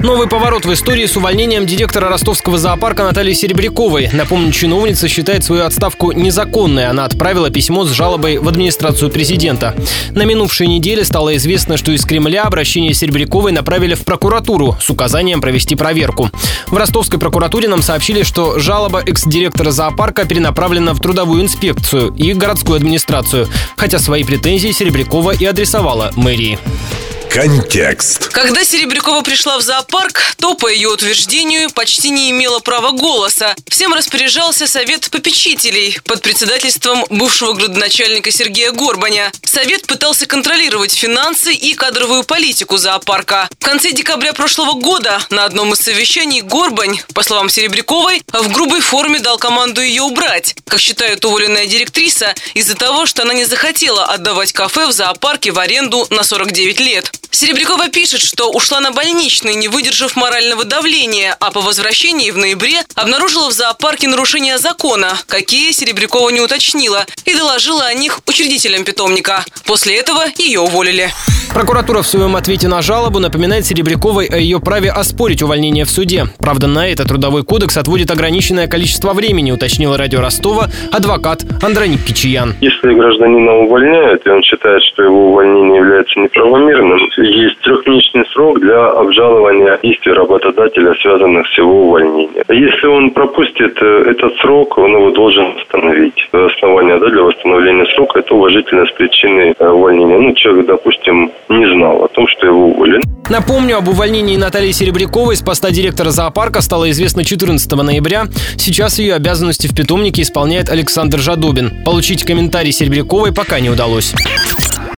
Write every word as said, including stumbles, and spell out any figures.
Новый поворот в истории с увольнением директора ростовского зоопарка Натальи Серебряковой. Напомню, чиновница считает свою отставку незаконной. Она отправила письмо с жалобой в администрацию президента. На минувшей неделе стало известно, что из Кремля обращение Серебряковой направили в прокуратуру с указанием провести проверку. В ростовской прокуратуре нам сообщили, что жалоба экс-директора зоопарка перенаправлена в трудовую инспекцию и городскую администрацию, хотя свои претензии Серебрякова и адресовала мэрии. Контекст. Когда Серебрякова пришла в зоопарк, то, по ее утверждению, почти не имела права голоса. Всем распоряжался совет попечителей под председательством бывшего градоначальника Сергея Горбаня. Совет пытался контролировать финансы и кадровую политику зоопарка. В конце декабря прошлого года на одном из совещаний Горбань, по словам Серебряковой, в грубой форме дал команду ее убрать, как считает уволенная директриса, из-за того, что она не захотела отдавать кафе в зоопарке в аренду на сорок девять лет. Серебрякова пишет, что ушла на больничный, не выдержав морального давления, а по возвращении в ноябре обнаружила в зоопарке нарушения закона, какие Серебрякова не уточнила, и доложила о них учредителям питомника. После этого ее уволили. Прокуратура в своем ответе на жалобу напоминает Серебряковой о ее праве оспорить увольнение в суде. Правда, на это Трудовой кодекс отводит ограниченное количество времени, уточнила радио Ростова адвокат Андроник Кичиян. Если гражданина увольняют, и он считает, что его увольнение является неправомерным, есть трехмесячный срок для обжалования действий работодателя, связанных с его увольнением. Если он пропустит этот срок, он его должен восстановить. Основание да, для восстановления срока – это уважительность причины увольнения. Ну, человек, допустим, не знал о том, что его уволили. Напомню, об увольнении Натальи Серебряковой с поста директора зоопарка стало известно четырнадцатого ноября. Сейчас ее обязанности в питомнике исполняет Александр Жадобин. Получить комментарий Серебряковой пока не удалось.